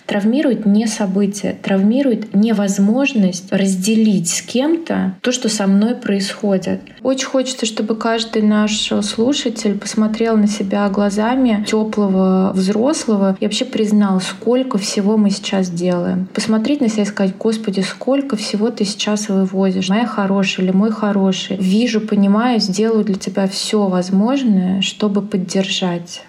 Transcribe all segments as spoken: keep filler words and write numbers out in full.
Травмирует не событие, травмирует невозможность разделить с кем-то то, что со мной происходит. Очень хочется, чтобы каждый наш слушатель посмотрел на себя глазами теплого взрослого и вообще признал, сколько всего мы сейчас делаем. Посмотреть на себя и сказать: Господи, сколько всего ты сейчас вывозишь. Моя хорошая или мой хороший. Вижу, понимаю, сделаю для тебя все возможное, чтобы поддержать.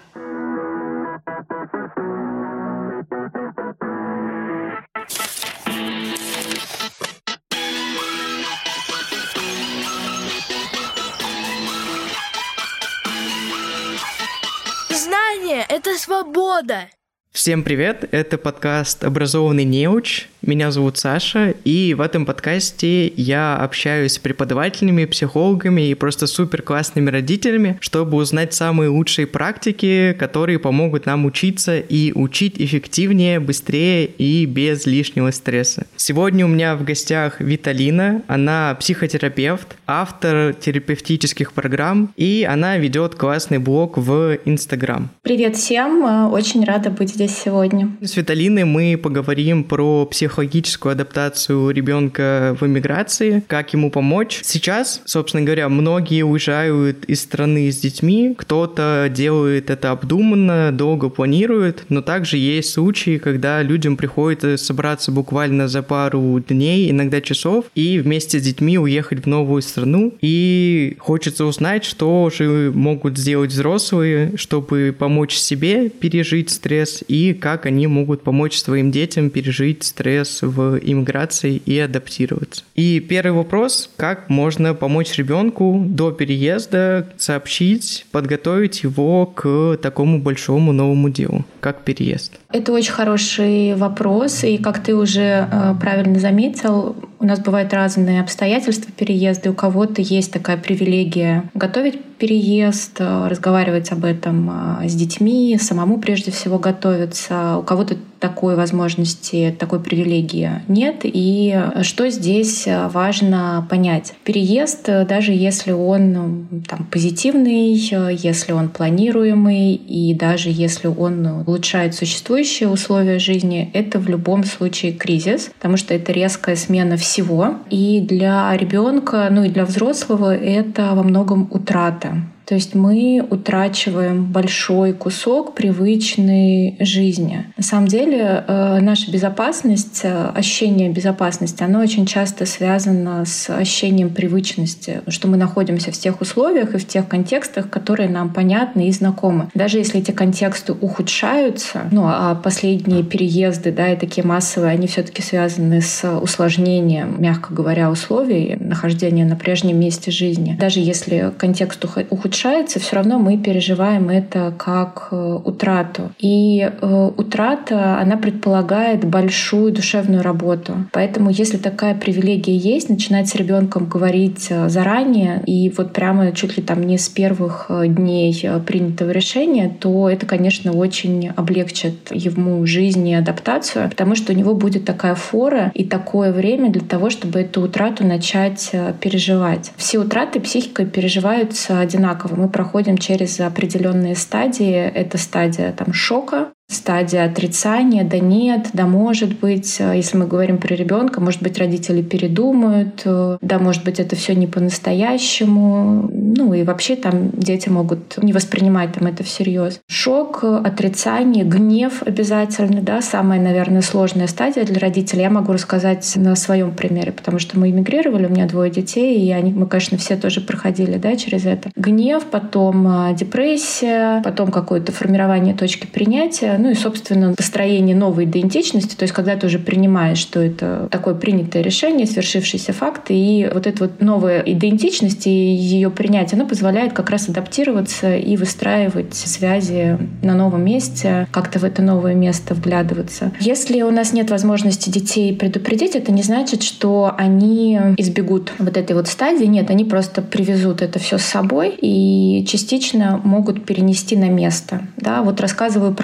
Знание — это свобода! Всем привет, это подкаст «Образованный неуч». Меня зовут Саша, и в этом подкасте я общаюсь с преподавателями, психологами и просто супер классными родителями, чтобы узнать самые лучшие практики, которые помогут нам учиться и учить эффективнее, быстрее и без лишнего стресса. Сегодня у меня в гостях Виталина, она психотерапевт, автор терапевтических программ, и она ведет классный блог в Инстаграм. Привет всем, очень рада быть здесь сегодня. С Виталиной мы поговорим про психологическую адаптацию ребенка в эмиграции, как ему помочь. Сейчас, собственно говоря, многие уезжают из страны с детьми, кто-то делает это обдуманно, долго планирует, но также есть случаи, когда людям приходится собраться буквально за пару дней, иногда часов, и вместе с детьми уехать в новую страну. И хочется узнать, что же могут сделать взрослые, чтобы помочь себе пережить стресс, и как они могут помочь своим детям пережить стресс в иммиграции и адаптироваться. И первый вопрос: как можно помочь ребенку до переезда сообщить, подготовить его к такому большому новому делу, как переезд? Это очень хороший вопрос, и как ты уже э, правильно заметил, у нас бывают разные обстоятельства переезда, и у кого-то есть такая привилегия готовить переезд, разговаривать об этом с детьми, самому прежде всего готовиться. У кого-то такой возможности, такой привилегии нет. И что здесь важно понять? Переезд, даже если он там, позитивный, если он планируемый, и даже если он улучшает существующие условия жизни, это в любом случае кризис, потому что это резкая смена всего. И для ребенка, ну и для взрослого это во многом утрата. То есть мы утрачиваем большой кусок привычной жизни. На самом деле наша безопасность, ощущение безопасности, оно очень часто связано с ощущением привычности, что мы находимся в тех условиях и в тех контекстах, которые нам понятны и знакомы. Даже если эти контексты ухудшаются, ну а последние переезды, да, и такие массовые, они все-таки связаны с усложнением, мягко говоря, условий нахождения на прежнем месте жизни. Даже если контекст ухудшается, все равно мы переживаем это как утрату. И э, утрата, она предполагает большую душевную работу. Поэтому, если такая привилегия есть, начинать с ребенком говорить заранее и вот прямо чуть ли там не с первых дней принятого решения, то это, конечно, очень облегчит ему жизнь и адаптацию, потому что у него будет такая фора и такое время для того, чтобы эту утрату начать переживать. Все утраты психикой переживаются одинаково. Мы проходим через определенные стадии. Это стадия там, шока, стадия отрицания, да нет, да может быть. Если мы говорим про ребенка, может быть, родители передумают, да, может быть, это все не по-настоящему. Ну и вообще там дети могут не воспринимать там, это всерьез. Шок, отрицание, гнев обязательно, да, самая, наверное, сложная стадия для родителей. Я могу рассказать на своем примере, потому что мы эмигрировали, у меня двое детей, и они, мы, конечно, все тоже проходили, да, через это. Гнев, потом депрессия, потом какое-то формирование точки принятия. Ну и, собственно, построение новой идентичности, то есть когда ты уже принимаешь, что это такое принятое решение, свершившийся факт, и вот эта вот новая идентичность и ее принятие, оно позволяет как раз адаптироваться и выстраивать связи на новом месте, как-то в это новое место вглядываться. Если у нас нет возможности детей предупредить, это не значит, что они избегут вот этой вот стадии. Нет, они просто привезут это все с собой и частично могут перенести на место. Да, вот рассказываю про нас.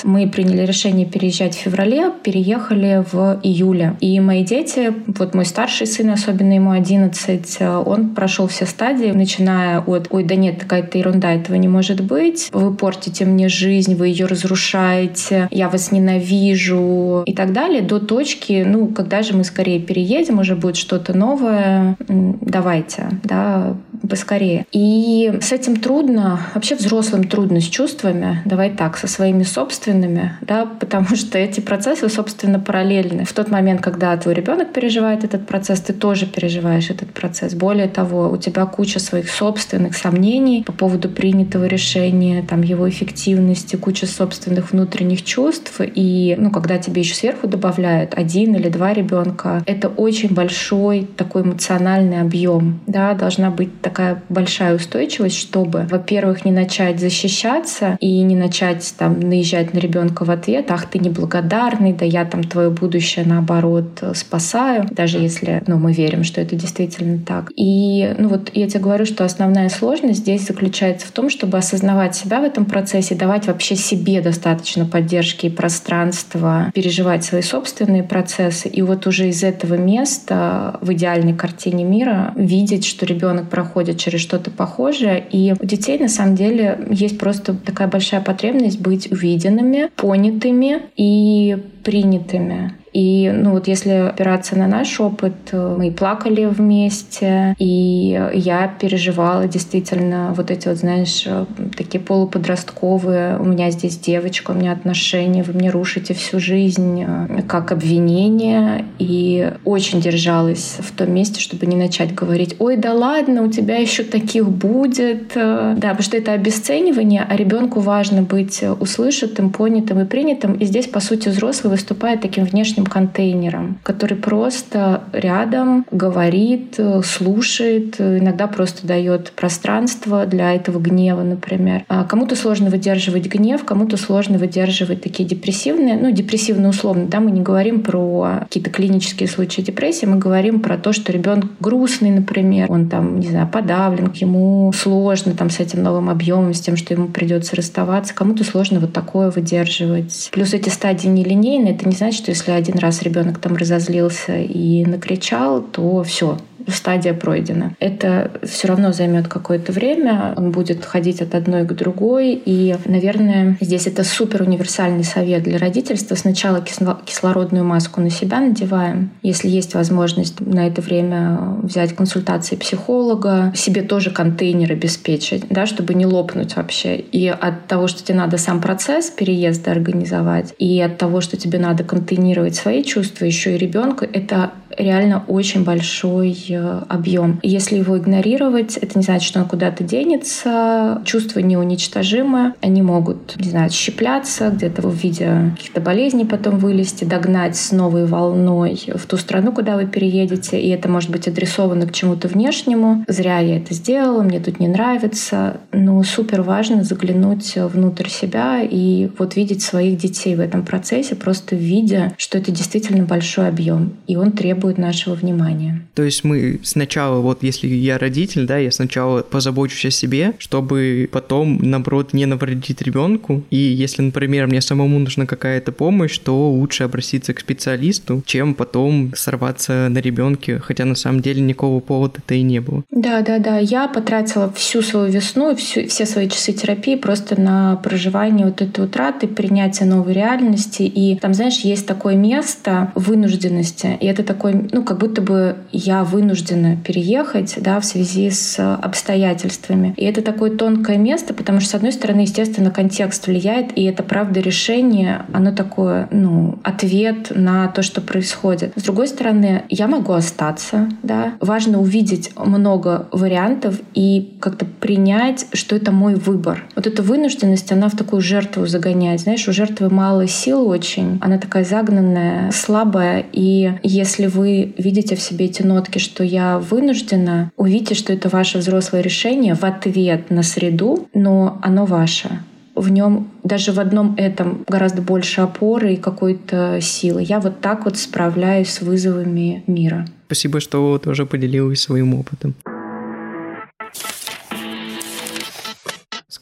Мы приняли решение переезжать в феврале, переехали в июле. И мои дети, вот мой старший сын, особенно ему одиннадцать, он прошел все стадии, начиная от «Ой, да нет, какая-то ерунда, этого не может быть», «Вы портите мне жизнь, вы ее разрушаете», «Я вас ненавижу» и так далее, до точки, ну, когда же мы скорее переедем, уже будет что-то новое, давайте, да, поскорее. И с этим трудно, вообще взрослым трудно с чувствами, давай так, со своими собственными, да, потому что эти процессы, собственно, параллельны. В тот момент, когда твой ребенок переживает этот процесс, ты тоже переживаешь этот процесс. Более того, у тебя куча своих собственных сомнений по поводу принятого решения, там, его эффективности, куча собственных внутренних чувств. И, ну, когда тебе еще сверху добавляют один или два ребенка, это очень большой такой эмоциональный объем, да, должна быть такая большая устойчивость, чтобы, во-первых, не начать защищаться и не начать там наезжать на ребенка в ответ: ах, ты неблагодарный, да я там твое будущее наоборот спасаю, даже если, ну, мы верим, что это действительно так. И, ну, вот я тебе говорю, что основная сложность здесь заключается в том, чтобы осознавать себя в этом процессе, давать вообще себе достаточно поддержки и пространства, переживать свои собственные процессы, и вот уже из этого места в идеальной картине мира видеть, что ребенок проходит через что-то похожее. И у детей на самом деле есть просто такая большая потребность быть увиденными, понятыми и принятыми. И, ну, вот если опираться на наш опыт, мы плакали вместе, и я переживала действительно вот эти вот, знаешь, такие полуподростковые: у меня здесь девочка, у меня отношения, вы мне рушите всю жизнь, как обвинение. И очень держалась в том месте, чтобы не начать говорить: ой, да ладно, у тебя еще таких будет. Да, потому что это обесценивание, а ребенку важно быть услышанным, понятым и принятым. И здесь, по сути, взрослый выступает таким внешним контейнером, который просто рядом говорит, слушает, иногда просто дает пространство для этого гнева, например. А кому-то сложно выдерживать гнев, кому-то сложно выдерживать такие депрессивные, ну, депрессивные условно, да, мы не говорим про какие-то клинические случаи депрессии, мы говорим про то, что ребенок грустный, например, он там, не знаю, подавлен, ему сложно там с этим новым объемом, с тем, что ему придется расставаться, кому-то сложно вот такое выдерживать. Плюс эти стадии нелинейные, это не значит, что если один раз ребенок там разозлился и накричал, то все, стадия пройдена. Это все равно займет какое-то время, он будет ходить от одной к другой. И, наверное, здесь это супер универсальный совет для родительства. Сначала кислородную маску на себя надеваем. Если есть возможность на это время взять консультации психолога, себе тоже контейнер обеспечить, да, чтобы не лопнуть вообще. И от того, что тебе надо сам процесс переезда организовать, и от того, что тебе надо контейнировать свои чувства, еще и ребенка, это реально очень большой объем. Если его игнорировать, это не значит, что он куда-то денется. Чувства неуничтожимы. Они могут, не знаю, щепляться где-то в виде каких-то болезней, потом вылезти, догнать с новой волной в ту страну, куда вы переедете. И это может быть адресовано к чему-то внешнему. Зря я это сделала, мне тут не нравится. Но супер важно заглянуть внутрь себя и вот видеть своих детей в этом процессе, просто видя, что это действительно большой объем, и он требует нашего внимания. То есть мы сначала, вот если я родитель, да, я сначала позабочусь о себе, чтобы потом, наоборот, не навредить ребенку. И если, например, мне самому нужна какая-то помощь, то лучше обратиться к специалисту, чем потом сорваться на ребенке, хотя на самом деле никакого повода-то и не было. Да, да, да. Я потратила всю свою весну и всю, все свои часы терапии просто на проживание вот этой утраты, принятие новой реальности. И там, знаешь, есть такое место вынужденности, и это такой, ну, как будто бы я вынуждена переехать, да, в связи с обстоятельствами. И это такое тонкое место, потому что, с одной стороны, естественно, контекст влияет, и это, правда, решение, оно такое, ну, ответ на то, что происходит. С другой стороны, я могу остаться, да. Важно увидеть много вариантов и как-то принять, что это мой выбор. Вот эта вынужденность, она в такую жертву загоняет. Знаешь, у жертвы мало сил очень, она такая загнанная, слабая, и если вы вы видите в себе эти нотки, что я вынуждена, увидите, что это ваше взрослое решение в ответ на среду, но оно ваше. В нем даже в одном этом гораздо больше опоры и какой-то силы. Я вот так вот справляюсь с вызовами мира. Спасибо, что тоже поделилась своим опытом.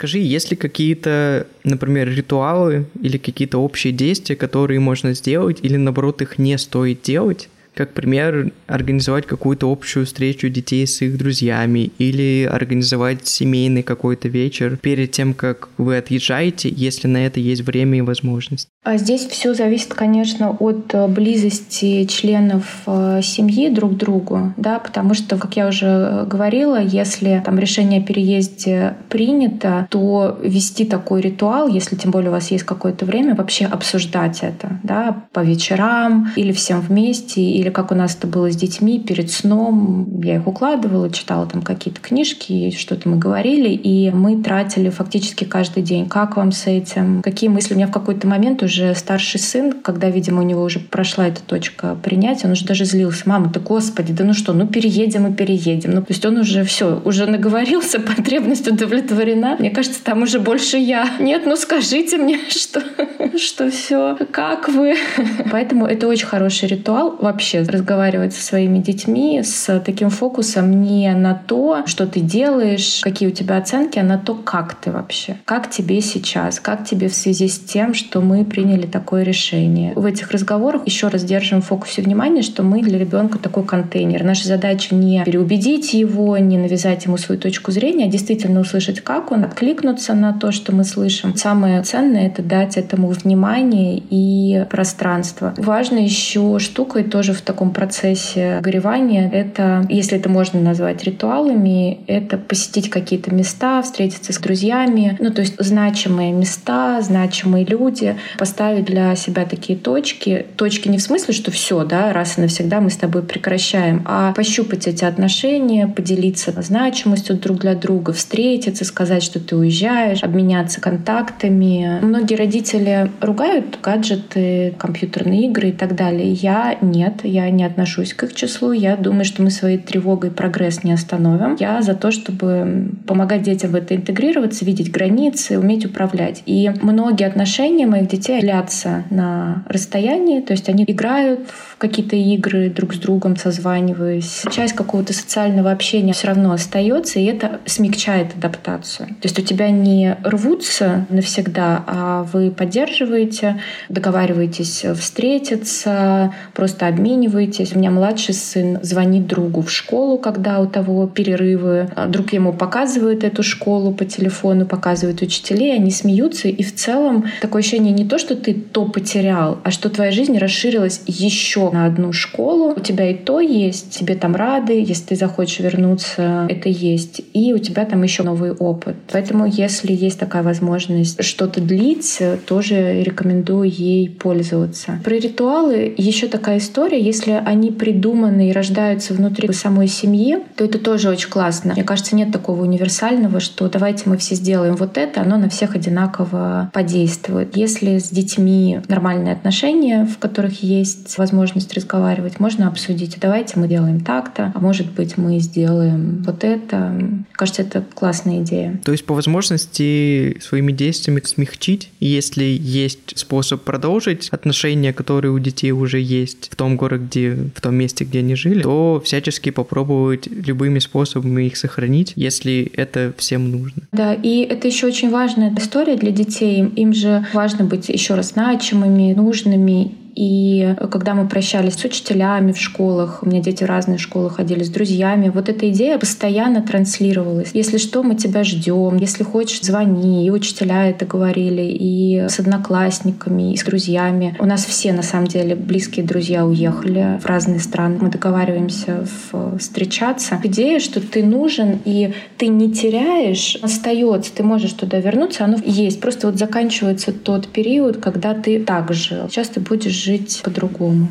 Скажи, есть ли какие-то, например, ритуалы или какие-то общие действия, которые можно сделать, или наоборот их не стоит делать? Как пример, организовать какую-то общую встречу детей с их друзьями или организовать семейный какой-то вечер перед тем, как вы отъезжаете, если на это есть время и возможность. А здесь все зависит, конечно, от близости членов семьи друг к другу, да, потому что, как я уже говорила, если там решение о переезде принято, то вести такой ритуал, если тем более у вас есть какое-то время, вообще обсуждать это, да, по вечерам или всем вместе, или как у нас это было с детьми перед сном. Я их укладывала, читала там какие-то книжки, что-то мы говорили, и мы тратили фактически каждый день. Как вам с этим? Какие мысли? У меня в какой-то момент уже старший сын, когда, видимо, у него уже прошла эта точка принятия, он уже даже злился. Мама, да господи, да ну что, ну переедем и переедем. Ну, то есть он уже все, уже наговорился, потребность удовлетворена. Мне кажется, там уже больше я. Нет, ну скажите мне, что, что все, как вы? Поэтому это очень хороший ритуал вообще разговаривать со своими детьми с таким фокусом не на то, что ты делаешь, какие у тебя оценки, а на то, как ты вообще, как тебе сейчас, как тебе в связи с тем, что мы приняли такое решение. В этих разговорах еще раз держим в фокусе внимания, что мы для ребенка такой контейнер. Наша задача не переубедить его, не навязать ему свою точку зрения, а действительно услышать, как он, откликнуться на то, что мы слышим. Самое ценное — это дать этому внимание и пространство. Важная еще штука, и тоже в таком процессе горевания, это, если это можно назвать ритуалами, это посетить какие-то места, встретиться с друзьями, ну то есть значимые места, значимые люди, поставить для себя такие точки. Точки не в смысле, что все, да, раз и навсегда мы с тобой прекращаем, а пощупать эти отношения, поделиться значимостью друг для друга, встретиться, сказать, что ты уезжаешь, обменяться контактами. Многие родители ругают гаджеты, компьютерные игры и так далее. Я нет, я не отношусь к их числу. Я думаю, что мы своей тревогой прогресс не остановим. Я за то, чтобы помогать детям в это интегрироваться, видеть границы, уметь управлять. И многие отношения моих детей длятся на расстоянии, то есть они играют в какие-то игры друг с другом, созваниваясь. Часть какого-то социального общения все равно остается, и это смягчает адаптацию. То есть у тебя не рвутся навсегда, а вы поддерживаете, договариваетесь встретиться, просто обмениваетесь. У меня младший сын звонит другу в школу, когда у того перерывы. Друг ему показывает эту школу по телефону, показывает учителей, они смеются. И в целом такое ощущение не то, что ты то потерял, а что твоя жизнь расширилась еще на одну школу. У тебя и то есть, тебе там рады, если ты захочешь вернуться, это есть. И у тебя там еще новый опыт. Поэтому если есть такая возможность что-то длить, тоже рекомендую ей пользоваться. Про ритуалы еще такая история. Если они придуманы и рождаются внутри самой семьи, то это тоже очень классно. Мне кажется, нет такого универсального, что давайте мы все сделаем вот это, оно на всех одинаково подействует. Если с детьми нормальные отношения, в которых есть возможность разговаривать, можно обсудить. Давайте мы делаем так-то, а может быть мы сделаем вот это. Мне кажется, это классная идея. То есть по возможности своими действиями смягчить, если есть способ продолжить отношения, которые у детей уже есть в том городе, в том месте, где они жили, то всячески попробовать любыми способами их сохранить, если это всем нужно. Да, и это еще очень важная история для детей. Им же важно быть еще раз значимыми, нужными. И когда мы прощались с учителями в школах, у меня дети в разные школы ходили, с друзьями, вот эта идея постоянно транслировалась. Если что, мы тебя ждем, если хочешь, звони. И учителя это говорили, и с одноклассниками, и с друзьями. У нас все, на самом деле, близкие друзья уехали в разные страны. Мы договариваемся встречаться. Идея, что ты нужен, и ты не теряешь, остается, ты можешь туда вернуться, оно есть. Просто вот заканчивается тот период, когда ты так жил. Сейчас ты будешь жить по-другому.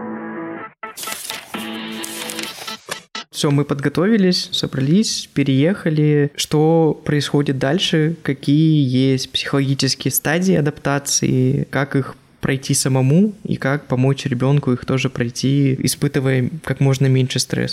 Все, мы подготовились, собрались, переехали. Что происходит дальше? Какие есть психологические стадии адаптации? Как их пройти самому и как помочь ребенку их тоже пройти, испытывая как можно меньше стресса?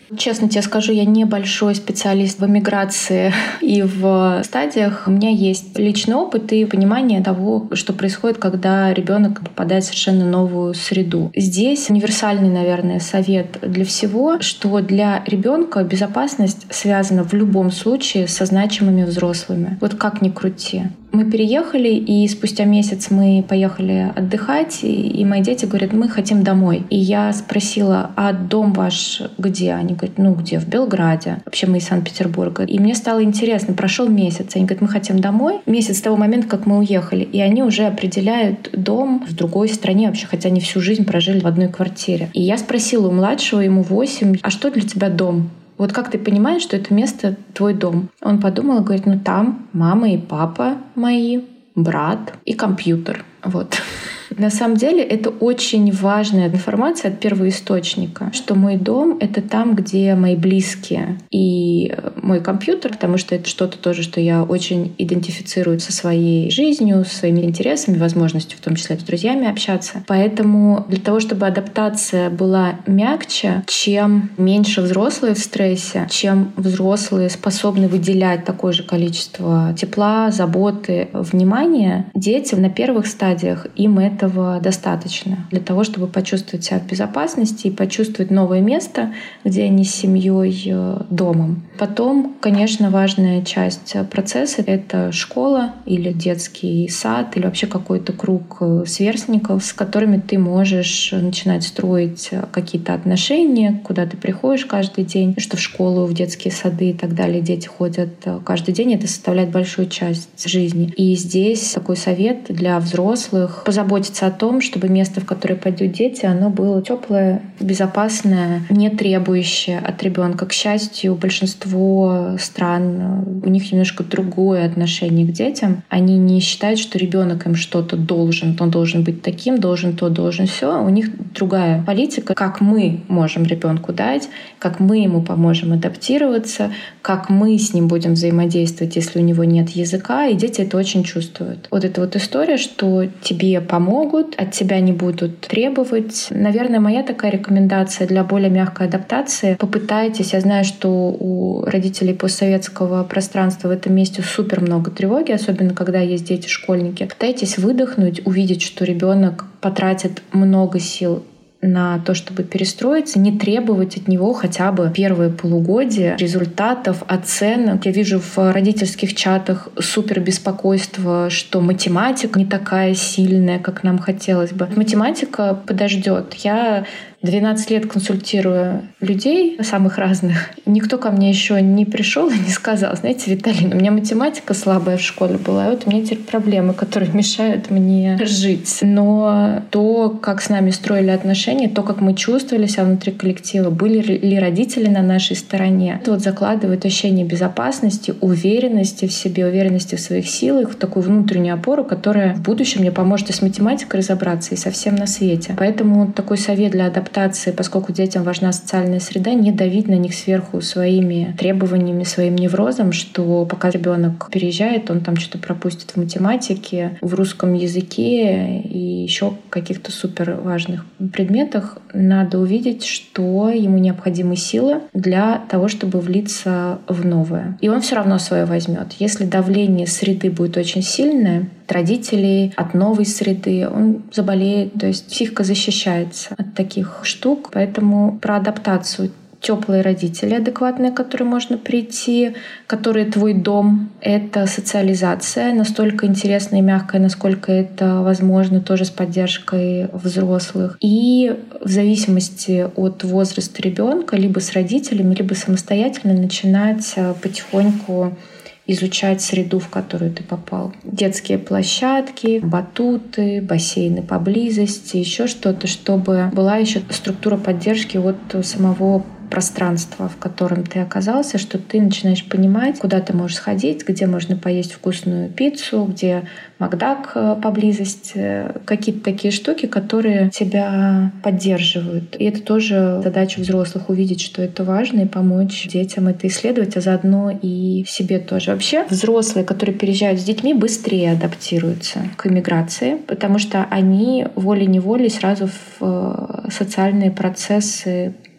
Честно тебе скажу, я небольшой специалист в эмиграции и в стадиях. У меня есть личный опыт и понимание того, что происходит, когда ребенок попадает в совершенно новую среду. Здесь универсальный, наверное, совет для всего, что для ребенка безопасность связана в любом случае со значимыми взрослыми. Вот как ни крути. Мы переехали, и спустя месяц мы поехали отдыхать, и мои дети говорят, мы хотим домой. И я спросила, а дом ваш где? Они говорят, ну где? В Белграде. Вообще мы из Санкт-Петербурга. И мне стало интересно, прошел месяц. Они говорят, мы хотим домой. Месяц с того момента, как мы уехали. И они уже определяют дом в другой стране вообще, хотя они всю жизнь прожили в одной квартире. И я спросила у младшего, ему восемь, а что для тебя дом? Вот как ты понимаешь, что это место твой дом? Он подумал и говорит, ну там мама и папа мои, брат и компьютер. Вот. На самом деле это очень важная информация от первоисточника, что мой дом — это там, где мои близкие и мой компьютер, потому что это что-то тоже, что я очень идентифицирую со своей жизнью, со своими интересами, возможностью в том числе с друзьями общаться. Поэтому для того, чтобы адаптация была мягче, чем меньше взрослые в стрессе, чем взрослые способны выделять такое же количество тепла, заботы, внимания, дети на первых стадиях, им это этого достаточно для того, чтобы почувствовать себя в безопасности и почувствовать новое место, где они с семьей, домом. Потом, конечно, важная часть процесса — это школа или детский сад, или вообще какой-то круг сверстников, с которыми ты можешь начинать строить какие-то отношения, куда ты приходишь каждый день, что в школу, в детские сады и так далее дети ходят каждый день. Это составляет большую часть жизни. И здесь такой совет для взрослых — позаботиться о том, чтобы место, в которое пойдут дети, оно было теплое, безопасное, не требующее от ребенка. К счастью, большинство стран, у них немножко другое отношение к детям. Они не считают, что ребенок им что-то должен, он должен быть таким, должен то, должен все. У них другая политика, как мы можем ребенку дать, как мы ему поможем адаптироваться, как мы с ним будем взаимодействовать, если у него нет языка. И дети это очень чувствуют. Вот эта вот история, что тебе помогут, от тебя не будут требовать. Наверное, моя такая рекомендация для более мягкой адаптации — попытайтесь, я знаю, что у родителей постсоветского пространства в этом месте супер много тревоги, особенно когда есть дети-школьники. Пытайтесь выдохнуть, увидеть, что ребенок потратит много сил на то, чтобы перестроиться, не требовать от него хотя бы первые полугодия результатов, оценок. Я вижу в родительских чатах супер беспокойство, что математика не такая сильная, как нам хотелось бы. Математика подождет. Я двенадцать лет консультирую людей самых разных. Никто ко мне еще не пришел и не сказал, знаете, Виталина, у меня математика слабая в школе была, и вот у меня теперь проблемы, которые мешают мне жить. Но то, как с нами строили отношения, то, как мы чувствовали себя внутри коллектива, были ли родители на нашей стороне, это вот закладывает ощущение безопасности, уверенности в себе, уверенности в своих силах, в такую внутреннюю опору, которая в будущем мне поможет и с математикой разобраться, и со всем на свете. Поэтому такой совет для адаптации, поскольку детям важна социальная среда, не давить на них сверху своими требованиями, своим неврозом, что пока ребенок переезжает, он там что-то пропустит в математике, в русском языке и еще каких-то супер важных предметах. Надо увидеть, что ему необходимы силы для того, чтобы влиться в новое. И он все равно свое возьмет. Если давление среды будет очень сильное, от родителей, от новой среды, он заболеет. То есть психика защищается от таких штук. Поэтому про адаптацию. Теплые родители адекватные, к которым можно прийти, которые твой дом. Это социализация, настолько интересная и мягкая, насколько это возможно, тоже с поддержкой взрослых. И в зависимости от возраста ребенка, либо с родителями, либо самостоятельно начинать потихоньку изучать среду, в которую ты попал. Детские площадки, батуты, бассейны поблизости, еще что-то, чтобы была еще структура поддержки от самого пространства, в котором ты оказался, что ты начинаешь понимать, куда ты можешь сходить, где можно поесть вкусную пиццу, где Макдак поблизости, какие-то такие штуки, которые тебя поддерживают. И это тоже задача взрослых — увидеть, что это важно, и помочь детям это исследовать, а заодно и себе тоже. Вообще взрослые, которые переезжают с детьми, быстрее адаптируются к иммиграции, потому что они волей-неволей сразу в социальные процессы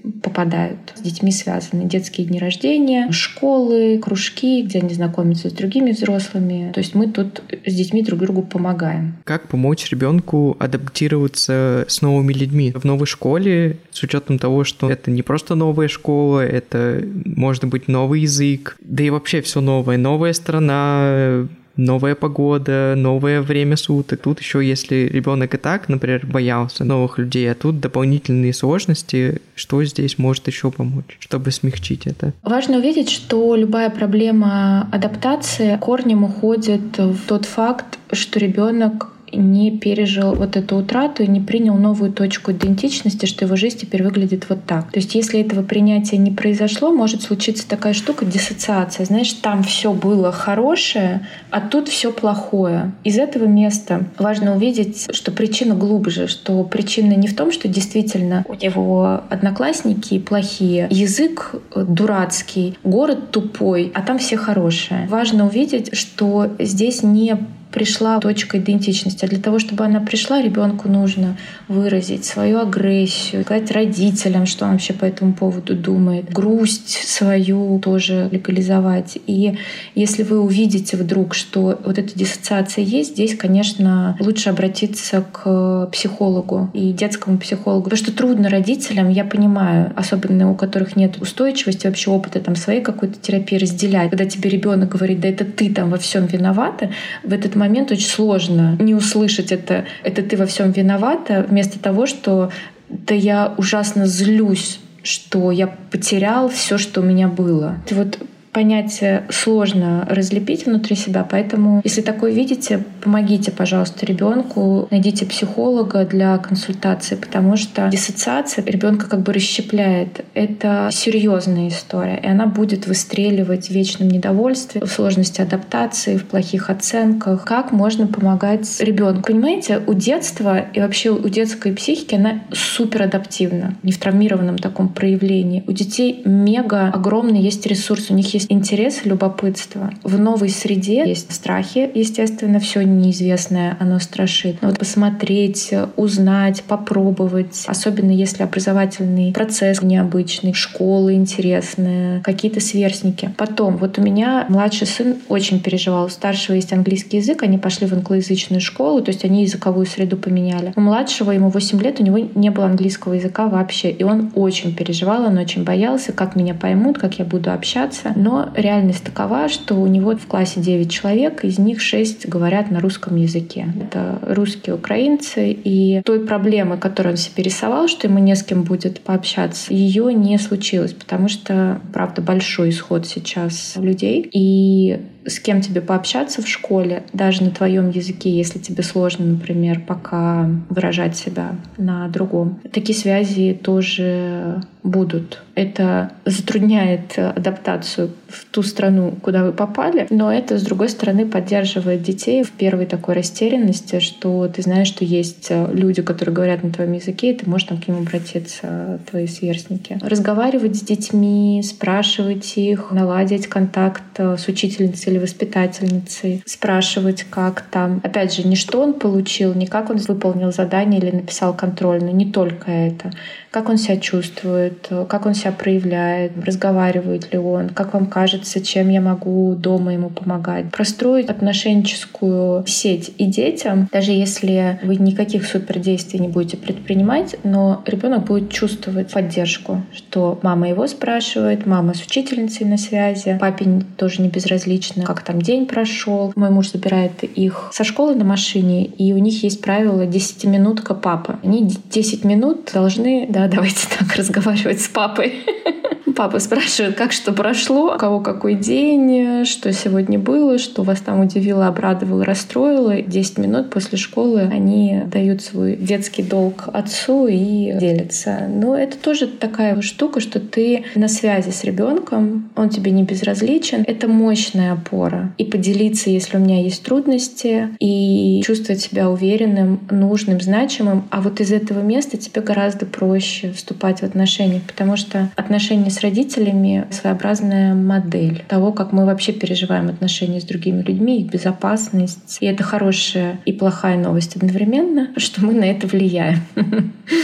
попадают. С детьми связаны детские дни рождения, школы, кружки, где они знакомятся с другими взрослыми. То есть мы тут с детьми друг другу помогаем. Как помочь ребенку адаптироваться с новыми людьми в новой школе, с учетом того, что это не просто новая школа, это может быть новый язык, да и вообще все новое, новая страна, новая погода, новое время суток. Тут еще, если ребенок и так, например, боялся новых людей, а тут дополнительные сложности, что здесь может еще помочь, чтобы смягчить это? Важно увидеть, что любая проблема адаптации корнем уходит в тот факт, что ребенок не пережил вот эту утрату и не принял новую точку идентичности, что его жизнь теперь выглядит вот так. То есть если этого принятия не произошло, может случиться такая штука — диссоциация. Знаешь, там все было хорошее, а тут все плохое. Из этого места важно увидеть, что причина глубже, что причина не в том, что действительно у него одноклассники плохие, язык дурацкий, город тупой, а там все хорошие. Важно увидеть, что здесь не пришла точка идентичности. А для того, чтобы она пришла, ребенку нужно выразить свою агрессию, сказать родителям, что он вообще по этому поводу думает, грусть свою тоже легализовать. И если вы увидите вдруг, что вот эта диссоциация есть, здесь, конечно, лучше обратиться к психологу и детскому психологу. Потому что трудно родителям, я понимаю, особенно у которых нет устойчивости, вообще опыта там своей какой-то терапии, разделять. Когда тебе ребенок говорит: да это ты там во всем виновата, в этот момент момент очень сложно не услышать это, это ты во всем виновата, вместо того, что да я ужасно злюсь, что я потерял все, что у меня было. Это вот понятие сложно разлепить внутри себя, поэтому, если такое видите, помогите, пожалуйста, ребенку, найдите психолога для консультации, потому что диссоциация ребенка как бы расщепляет. Это серьезная история, и она будет выстреливать в вечном недовольстве, в сложности адаптации, в плохих оценках. Как можно помогать ребенку? Понимаете, у детства и вообще у детской психики она супер адаптивна, не в травмированном таком проявлении. У детей мега огромный есть ресурс, у них есть интерес, любопытство. В новой среде есть страхи, естественно, все неизвестное, оно страшит. Но вот посмотреть, узнать, попробовать, особенно если образовательный процесс необычный, школа интересная, какие-то сверстники. Потом, вот у меня младший сын очень переживал. У старшего есть английский язык, они пошли в англоязычную школу, то есть они языковую среду поменяли. У младшего, ему восемь лет, у него не было английского языка вообще, и он очень переживал, он очень боялся, как меня поймут, как я буду общаться. Но реальность такова, что у него в классе девять человек, из них шесть говорят на русском языке. Это русские украинцы. И той проблемы, которую он себе рисовал, что ему не с кем будет пообщаться, ее не случилось, потому что, правда, большой исход сейчас людей. И с кем тебе пообщаться в школе, даже на твоем языке, если тебе сложно, например, пока выражать себя на другом. Такие связи тоже будут. Это затрудняет адаптацию в ту страну, куда вы попали, но это, с другой стороны, поддерживает детей в первой такой растерянности, что ты знаешь, что есть люди, которые говорят на твоем языке, и ты можешь там к ним обратиться, твои сверстники. Разговаривать с детьми, спрашивать их, наладить контакт с учительницей или воспитательницей, спрашивать, как там. Опять же, не что он получил, не как он выполнил задание или написал контрольную, не только это. Как он себя чувствует, как он себя проявляет, разговаривает ли он, как вам кажется, чем я могу дома ему помогать. Простроить отношенческую сеть и детям, даже если вы никаких супердействий не будете предпринимать, но ребенок будет чувствовать поддержку, что мама его спрашивает, мама с учительницей на связи, папе тоже не безразлично, как там день прошел. Мой муж забирает их со школы на машине, и у них есть правило десятиминутка папа. Они десять минут должны, да, давайте так, разговаривать с папой. Папа спрашивает, как что прошло, у кого какой день, что сегодня было, что вас там удивило, обрадовало, расстроило. Десять минут после школы они дают свой детский долг отцу и делятся. Но это тоже такая штука, что ты на связи с ребенком, он тебе не безразличен. Это мощная опора. И поделиться, если у меня есть трудности, и чувствовать себя уверенным, нужным, значимым. А вот из этого места тебе гораздо проще вступать в отношения, потому что отношения с родителями — своеобразная модель того, как мы вообще переживаем отношения с другими людьми, их безопасность. И это хорошая и плохая новость одновременно, что мы на это влияем.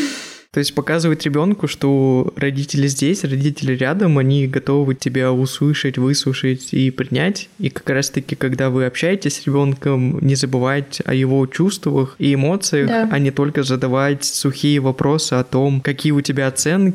То есть показывать ребенку, что родители здесь, родители рядом, они готовы тебя услышать, выслушать и принять. И как раз-таки, когда вы общаетесь с ребенком, не забывать о его чувствах и эмоциях, да. а не только задавать сухие вопросы о том, какие у тебя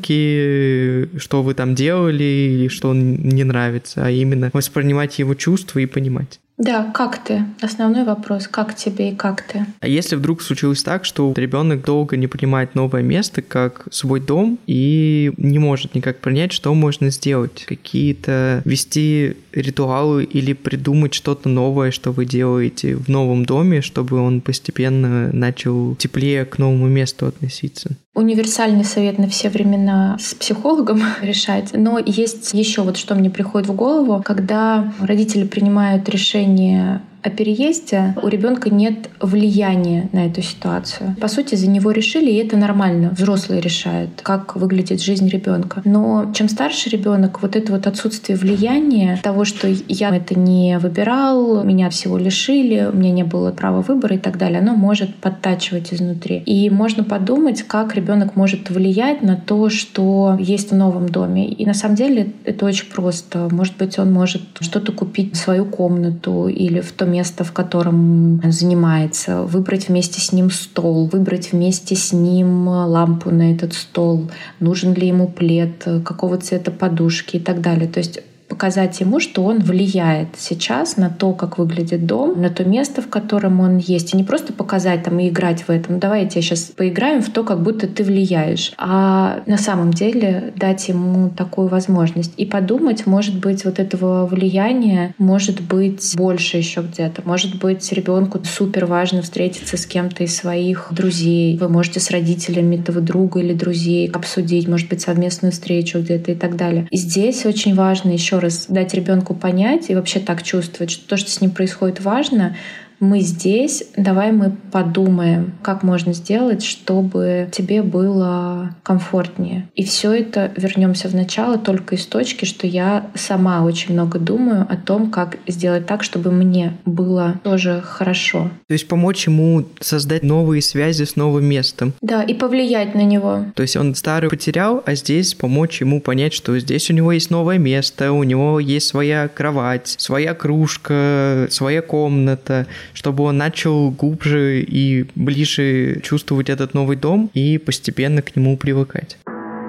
оценки, что вы там делали или что не нравится, а именно воспринимать его чувства и понимать. Да, как ты? Основной вопрос, как тебе и как ты? А если вдруг случилось так, что ребенок долго не принимает новое место как свой дом и не может никак принять, что можно сделать? Какие-то вести ритуалы или придумать что-то новое, что вы делаете в новом доме, чтобы он постепенно начал теплее к новому месту относиться? Универсальный совет на все времена с психологом решать. Но есть еще вот что мне приходит в голову, когда родители принимают решение о переезде, у ребенка нет влияния на эту ситуацию. По сути, за него решили, и это нормально. Взрослые решают, как выглядит жизнь ребенка. Но чем старше ребенок, вот это вот отсутствие влияния, того, что я это не выбирал, меня всего лишили, у меня не было права выбора и так далее, оно может подтачивать изнутри. И можно подумать, как ребенок может влиять на то, что есть в новом доме. И на самом деле это очень просто. Может быть, он может что-то купить в свою комнату или в то место, в котором он занимается, выбрать вместе с ним стол, выбрать вместе с ним лампу на этот стол, нужен ли ему плед, какого цвета подушки и так далее. То есть показать ему, что он влияет сейчас на то, как выглядит дом, на то место, в котором он есть. И не просто показать там и играть в этом. Давай я тебе сейчас поиграем в то, как будто ты влияешь. А на самом деле дать ему такую возможность. И подумать, может быть, вот этого влияния может быть больше еще где-то. Может быть, ребенку супер важно встретиться с кем-то из своих друзей. Вы можете с родителями этого друга или друзей обсудить, может быть, совместную встречу где-то и так далее. И здесь очень важно еще раз дать ребенку понять и вообще так чувствовать, что то, что с ним происходит, важно. Мы здесь, давай мы подумаем, как можно сделать, чтобы тебе было комфортнее. И все это вернемся в начало только из точки, что я сама очень много думаю о том, как сделать так, чтобы мне было тоже хорошо. То есть помочь ему создать новые связи с новым местом. Да, и повлиять на него. То есть он старый потерял, а здесь помочь ему понять, что здесь у него есть новое место, у него есть своя кровать, своя кружка, своя комната, чтобы он начал глубже и ближе чувствовать этот новый дом и постепенно к нему привыкать.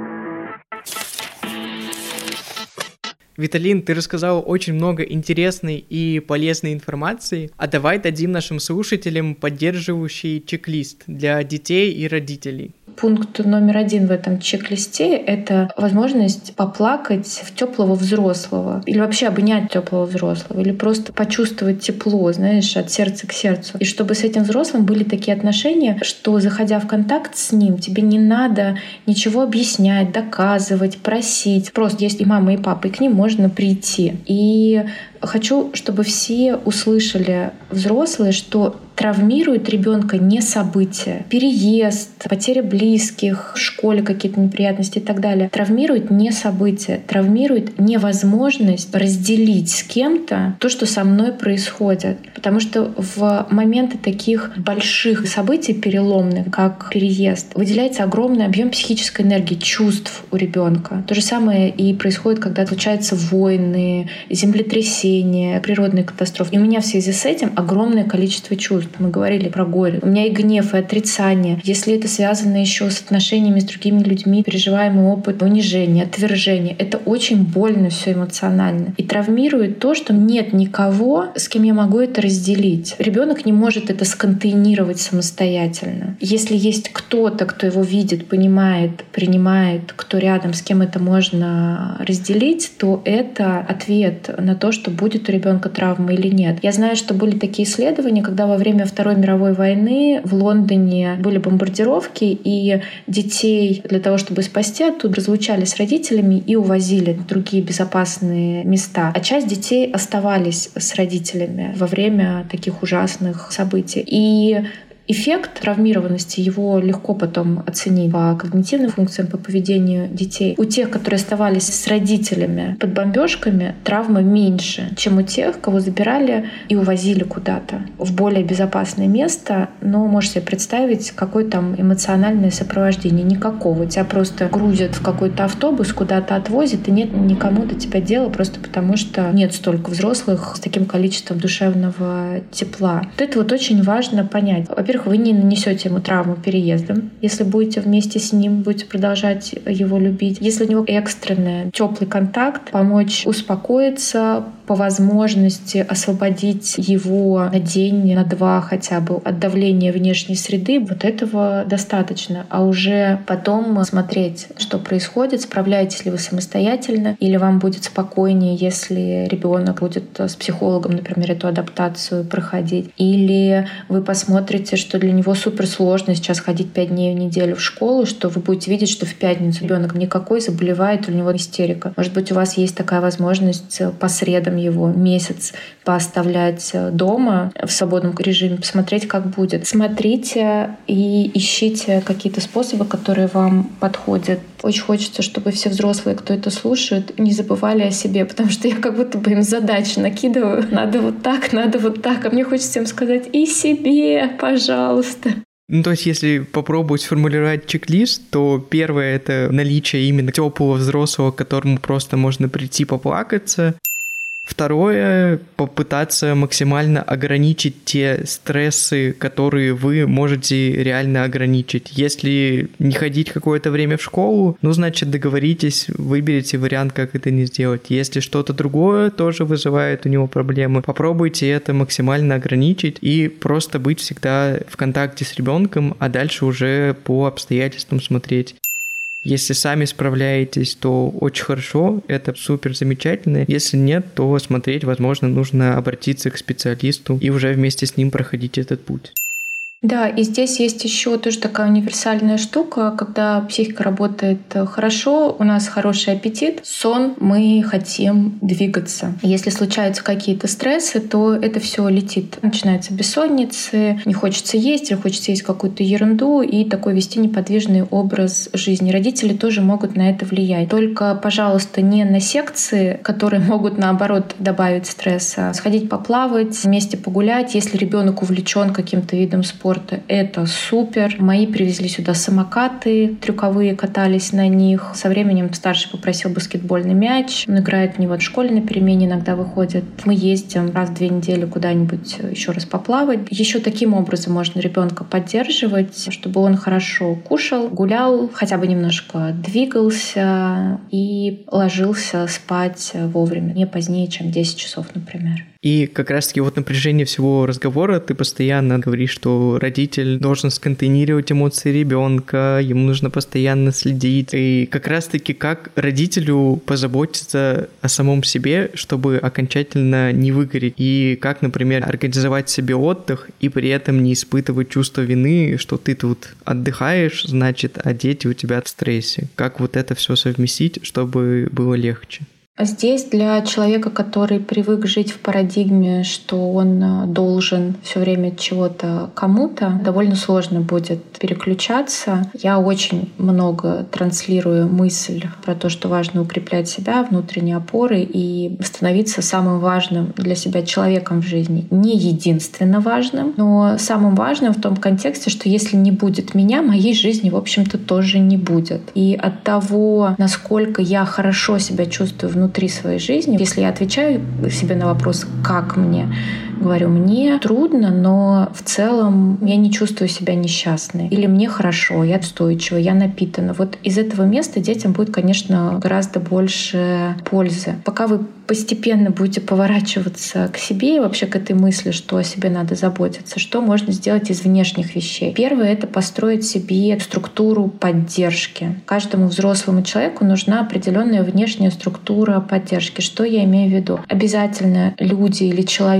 Виталин, ты рассказал очень много интересной и полезной информации, а давай дадим нашим слушателям поддерживающий чек-лист для детей и родителей. Пункт номер один в этом чек-листе — это возможность поплакать в теплого взрослого или вообще обнять теплого взрослого или просто почувствовать тепло, знаешь, от сердца к сердцу. И чтобы с этим взрослым были такие отношения, что, заходя в контакт с ним, тебе не надо ничего объяснять, доказывать, просить. Просто есть и мама, и папа, и к ним можно прийти. И хочу, чтобы все услышали, взрослые, что травмирует ребенка не события. Переезд, потеря близких, в школе какие-то неприятности и так далее. Травмирует не события, травмирует невозможность разделить с кем-то то, что со мной происходит. Потому что в моменты таких больших событий переломных, как переезд, выделяется огромный объем психической энергии, чувств у ребенка. То же самое и происходит, когда случаются войны, землетрясения, природные катастрофы. И у меня в связи с этим огромное количество чувств. Мы говорили про горе. У меня и гнев, и отрицание. Если это связано еще с отношениями с другими людьми, переживаемый опыт унижения, отвержения, это очень больно все эмоционально. И травмирует то, что нет никого, с кем я могу это разделить. Ребенок не может это сконтейнировать самостоятельно. Если есть кто-то, кто его видит, понимает, принимает, кто рядом, с кем это можно разделить, то это ответ на то, что будет у ребенка травма или нет. Я знаю, что были такие исследования, когда во время Второй мировой войны в Лондоне были бомбардировки, и детей для того, чтобы спасти, оттуда разлучали с родителями и увозили в другие безопасные места. А часть детей оставались с родителями во время таких ужасных событий. И Эффект травмированности его легко потом оценить по когнитивным функциям, по поведению детей. У тех, которые оставались с родителями под бомбежками, травма меньше, чем у тех, кого забирали и увозили куда-то в более безопасное место. Но можешь себе представить, какое там эмоциональное сопровождение. Никакого. Тебя просто грузят в какой-то автобус, куда-то отвозят, и нет никому до тебя дела, просто потому что нет столько взрослых с таким количеством душевного тепла. Вот это вот очень важно понять. Во-первых, вы не нанесете ему травму переездом, если будете вместе с ним, будете продолжать его любить. Если у него экстренный, теплый контакт, помочь успокоиться, по возможности освободить его на день, на два хотя бы от давления внешней среды, вот этого достаточно. А уже потом смотреть, что происходит, справляетесь ли вы самостоятельно, или вам будет спокойнее, если ребенок будет с психологом, например, эту адаптацию проходить. Или вы посмотрите, что для него суперсложно сейчас ходить пять дней в неделю в школу, что вы будете видеть, что в пятницу ребенок никакой заболевает, у него истерика. Может быть, у вас есть такая возможность по средам его месяц пооставлять дома в свободном режиме, посмотреть, как будет. Смотрите и ищите какие-то способы, которые вам подходят. Очень хочется, чтобы все взрослые, кто это слушает, не забывали о себе, потому что я как будто бы им задачи накидываю. Надо вот так, надо вот так. А мне хочется им сказать: и себе, пожалуйста. Ну, то есть, если попробовать сформулировать чек-лист, то первое — это наличие именно теплого взрослого, к которому просто можно прийти поплакаться. Второе — попытаться максимально ограничить те стрессы, которые вы можете реально ограничить. Если не ходить какое-то время в школу, ну, значит, договоритесь, выберите вариант, как это не сделать. Если что-то другое тоже вызывает у него проблемы, попробуйте это максимально ограничить и просто быть всегда в контакте с ребенком, а дальше уже по обстоятельствам смотреть. Если сами справляетесь, то очень хорошо, это супер замечательно. Если нет, то смотреть, возможно, нужно обратиться к специалисту и уже вместе с ним проходить этот путь. Да, и здесь есть еще тоже такая универсальная штука, когда психика работает хорошо, у нас хороший аппетит, сон, мы хотим двигаться. Если случаются какие-то стрессы, то это все летит. Начинаются бессонницы, не хочется есть, или хочется есть какую-то ерунду, и такой вести неподвижный образ жизни. Родители тоже могут на это влиять. Только, пожалуйста, не на секции, которые могут, наоборот, добавить стресса. Сходить поплавать, вместе погулять. Если ребенок увлечен каким-то видом спорта, это супер. Мои привезли сюда самокаты трюковые, катались на них. Со временем старший попросил баскетбольный мяч. Он играет в него в школе на перемене, иногда выходит. Мы ездим раз в две недели куда-нибудь еще раз поплавать. Еще таким образом можно ребенка поддерживать, чтобы он хорошо кушал, гулял, хотя бы немножко двигался и ложился спать вовремя, не позднее, чем десять часов, например. И как раз-таки вот напряжение всего разговора, ты постоянно говоришь, что родитель должен сконтейнировать эмоции ребенка, ему нужно постоянно следить. И как раз-таки как родителю позаботиться о самом себе, чтобы окончательно не выгореть. И как, например, организовать себе отдых и при этом не испытывать чувство вины, что ты тут отдыхаешь, значит, а дети у тебя в стрессе. Как вот это все совместить, чтобы было легче? Здесь для человека, который привык жить в парадигме, что он должен все время чего-то кому-то, довольно сложно будет переключаться. Я очень много транслирую мысль про то, что важно укреплять себя, внутренние опоры и становиться самым важным для себя человеком в жизни. Не единственно важным, но самым важным в том контексте, что если не будет меня, моей жизни, в общем-то, тоже не будет. И от того, насколько я хорошо себя чувствую внутри внутри своей жизни. Если я отвечаю себе на вопрос «как мне?», говорю, мне трудно, но в целом я не чувствую себя несчастной. Или мне хорошо, я устойчива, я напитана. Вот из этого места детям будет, конечно, гораздо больше пользы. Пока вы постепенно будете поворачиваться к себе и вообще к этой мысли, что о себе надо заботиться, что можно сделать из внешних вещей. Первое — это построить себе структуру поддержки. Каждому взрослому человеку нужна определенная внешняя структура поддержки. Что я имею в виду? Обязательно люди или человек,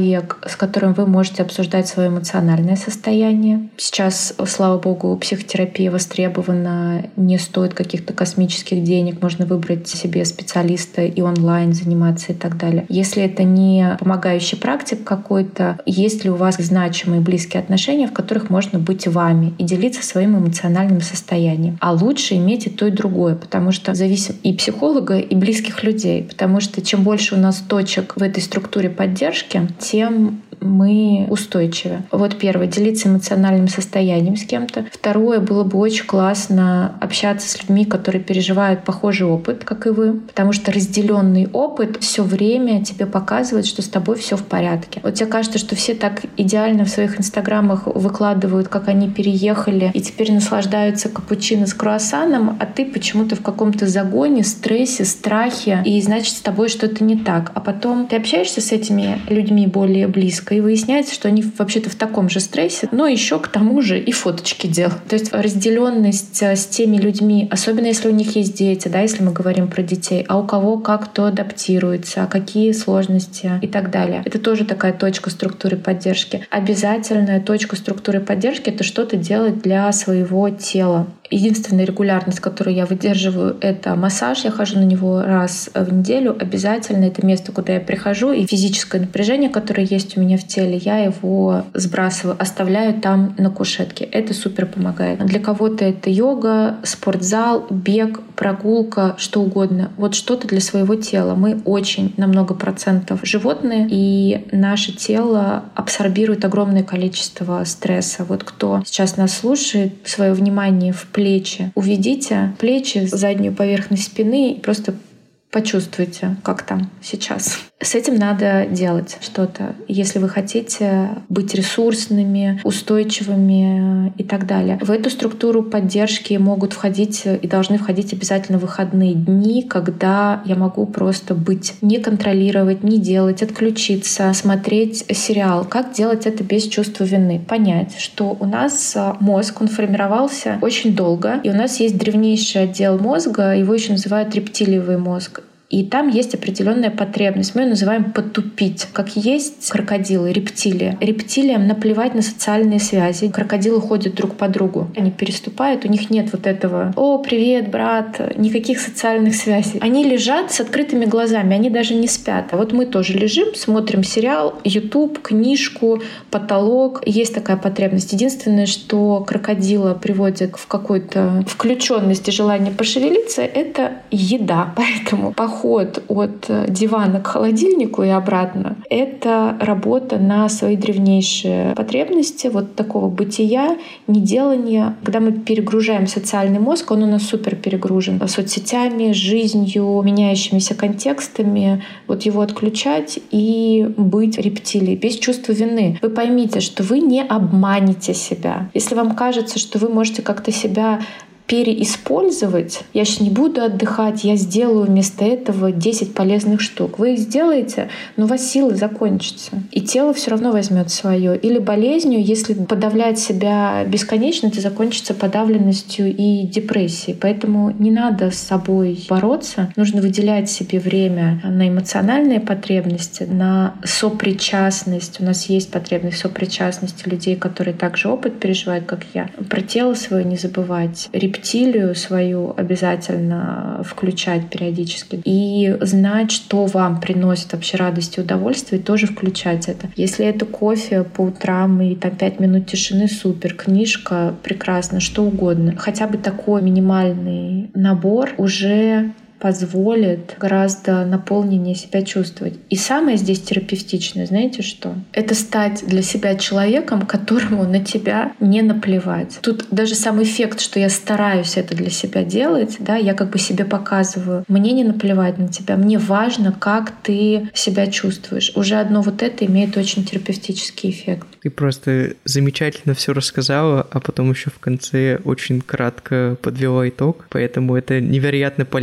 с которым вы можете обсуждать свое эмоциональное состояние. Сейчас, слава богу, психотерапия востребована, не стоит каких-то космических денег, можно выбрать себе специалиста и онлайн заниматься и так далее. Если это не помогающий практик какой-то, есть ли у вас значимые близкие отношения, в которых можно быть вами и делиться своим эмоциональным состоянием. А лучше иметь и то, и другое, потому что зависит и психолога, и близких людей, потому что чем больше у нас точек в этой структуре поддержки, тем мы устойчивы. Вот первое — делиться эмоциональным состоянием с кем-то. Второе — было бы очень классно общаться с людьми, которые переживают похожий опыт, как и вы, потому что разделенный опыт все время тебе показывает, что с тобой все в порядке. Вот тебе кажется, что все так идеально в своих инстаграмах выкладывают, как они переехали и теперь наслаждаются капучино с круассаном, а ты почему-то в каком-то загоне, стрессе, страхе, и значит, с тобой что-то не так. А потом ты общаешься с этими людьми более близко, и выясняется, что они вообще-то в таком же стрессе, но еще к тому же и фоточки делают. То есть разделенность с теми людьми, особенно если у них есть дети, да, если мы говорим про детей, а у кого как кто адаптируется, какие сложности и так далее. Это тоже такая точка структуры поддержки. Обязательная точка структуры поддержки — это что-то делать для своего тела. Единственная регулярность, которую я выдерживаю, это массаж. Я хожу на него раз в неделю. Обязательно это место, куда я прихожу, и физическое напряжение, которое есть у меня в теле, я его сбрасываю, оставляю там на кушетке. Это супер помогает. Для кого-то это йога, спортзал, бег, прогулка, что угодно. Вот что-то для своего тела. Мы очень на много процентов животные, и наше тело абсорбирует огромное количество стресса. Вот кто сейчас нас слушает, свое внимание в плечи. Уведите плечи, заднюю поверхность спины и просто почувствуйте, как там сейчас. С этим надо делать что-то, если вы хотите быть ресурсными, устойчивыми и так далее. В эту структуру поддержки могут входить и должны входить обязательно выходные дни, когда я могу просто быть, не контролировать, не делать, отключиться, смотреть сериал. Как делать это без чувства вины? Понять, что у нас мозг, он формировался очень долго, и у нас есть древнейший отдел мозга, его еще называют рептилиевый мозг. И там есть определенная потребность. Мы ее называем потупить. Как есть крокодилы, рептилии. Рептилиям наплевать на социальные связи. Крокодилы ходят друг по другу. Они переступают, у них нет вот этого «О, привет, брат», никаких социальных связей. Они лежат с открытыми глазами, они даже не спят. А вот мы тоже лежим, смотрим сериал, YouTube, книжку, потолок. Есть такая потребность. Единственное, что крокодила приводит в какую-то включенность и желание пошевелиться, это еда. Поэтому поход Ход от дивана к холодильнику и обратно — это работа на свои древнейшие потребности вот такого бытия, неделания. Когда мы перегружаем социальный мозг, он у нас супер перегружен соцсетями, жизнью, меняющимися контекстами. Вот его отключать и быть рептилией без чувства вины. Вы поймите, что вы не обманете себя. Если вам кажется, что вы можете как-то себя переиспользовать, я сейчас не буду отдыхать, я сделаю вместо этого десять полезных штук. Вы их сделаете, но у вас силы закончатся. И тело все равно возьмет свое. Или болезнью, если подавлять себя бесконечно, это закончится подавленностью и депрессией. Поэтому не надо с собой бороться. Нужно выделять себе время на эмоциональные потребности, на сопричастность. У нас есть потребность сопричастности людей, которые также опыт переживают, как я. Про тело свое не забывать. Рептилию свою обязательно включать периодически. И знать, что вам приносит вообще радость и удовольствие, и тоже включать это. Если это кофе по утрам и там пять минут тишины, супер. Книжка, прекрасно, что угодно. Хотя бы такой минимальный набор уже позволит гораздо наполненнее себя чувствовать. И самое здесь терапевтичное, знаете что? Это стать для себя человеком, которому на тебя не наплевать. Тут даже сам эффект, что я стараюсь это для себя делать, да, я как бы себе показываю. Мне не наплевать на тебя, мне важно, как ты себя чувствуешь. Уже одно вот это имеет очень терапевтический эффект. Ты просто замечательно все рассказала, а потом еще в конце очень кратко подвела итог. Поэтому это невероятно полезный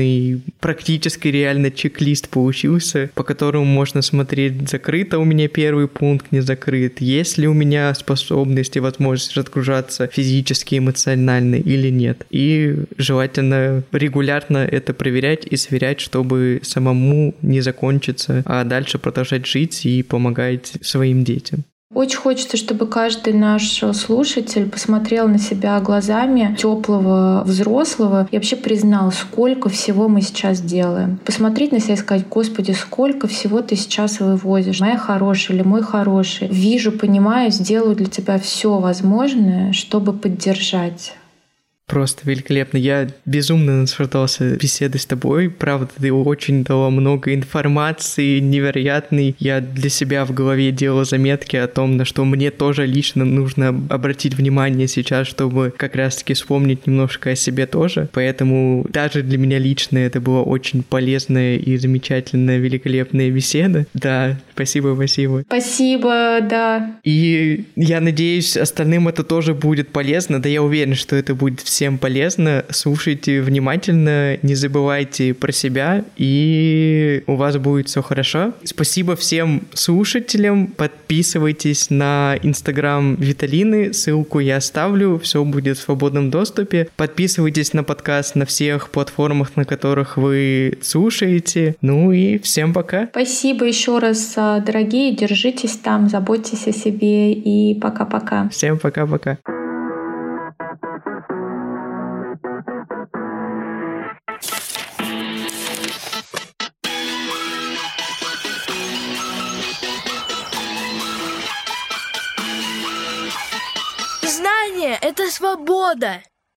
интересный, практически реально чек-лист получился, по которому можно смотреть, закрыто у меня первый пункт, не закрыт, есть ли у меня способность и возможность разгружаться физически, эмоционально или нет. И желательно регулярно это проверять и сверять, чтобы самому не закончиться, а дальше продолжать жить и помогать своим детям. Очень хочется, чтобы каждый наш слушатель посмотрел на себя глазами теплого взрослого и вообще признал, сколько всего мы сейчас делаем. Посмотреть на себя и сказать: Господи, сколько всего ты сейчас вывозишь. Моя хорошая или мой хороший. Вижу, понимаю, сделаю для тебя все возможное, чтобы поддержать. Просто великолепно. Я безумно наслаждался беседой с тобой. Правда, ты очень дала много информации невероятной. Я для себя в голове делал заметки о том, на что мне тоже лично нужно обратить внимание сейчас, чтобы как раз-таки вспомнить немножко о себе тоже. Поэтому даже для меня лично это была очень полезная и замечательная, великолепная беседа. Да, спасибо, спасибо. Спасибо, да. И я надеюсь, остальным это тоже будет полезно. Да я уверен, что это будет всем Всем полезно. Слушайте внимательно, не забывайте про себя, и у вас будет все хорошо. Спасибо всем слушателям. Подписывайтесь на Инстаграм Виталины, ссылку я оставлю, все будет в свободном доступе. Подписывайтесь на подкаст на всех платформах, на которых вы слушаете. Ну и всем пока. Спасибо еще раз, дорогие. Держитесь там, заботьтесь о себе, и пока-пока. Всем пока-пока. Знание — это свобода.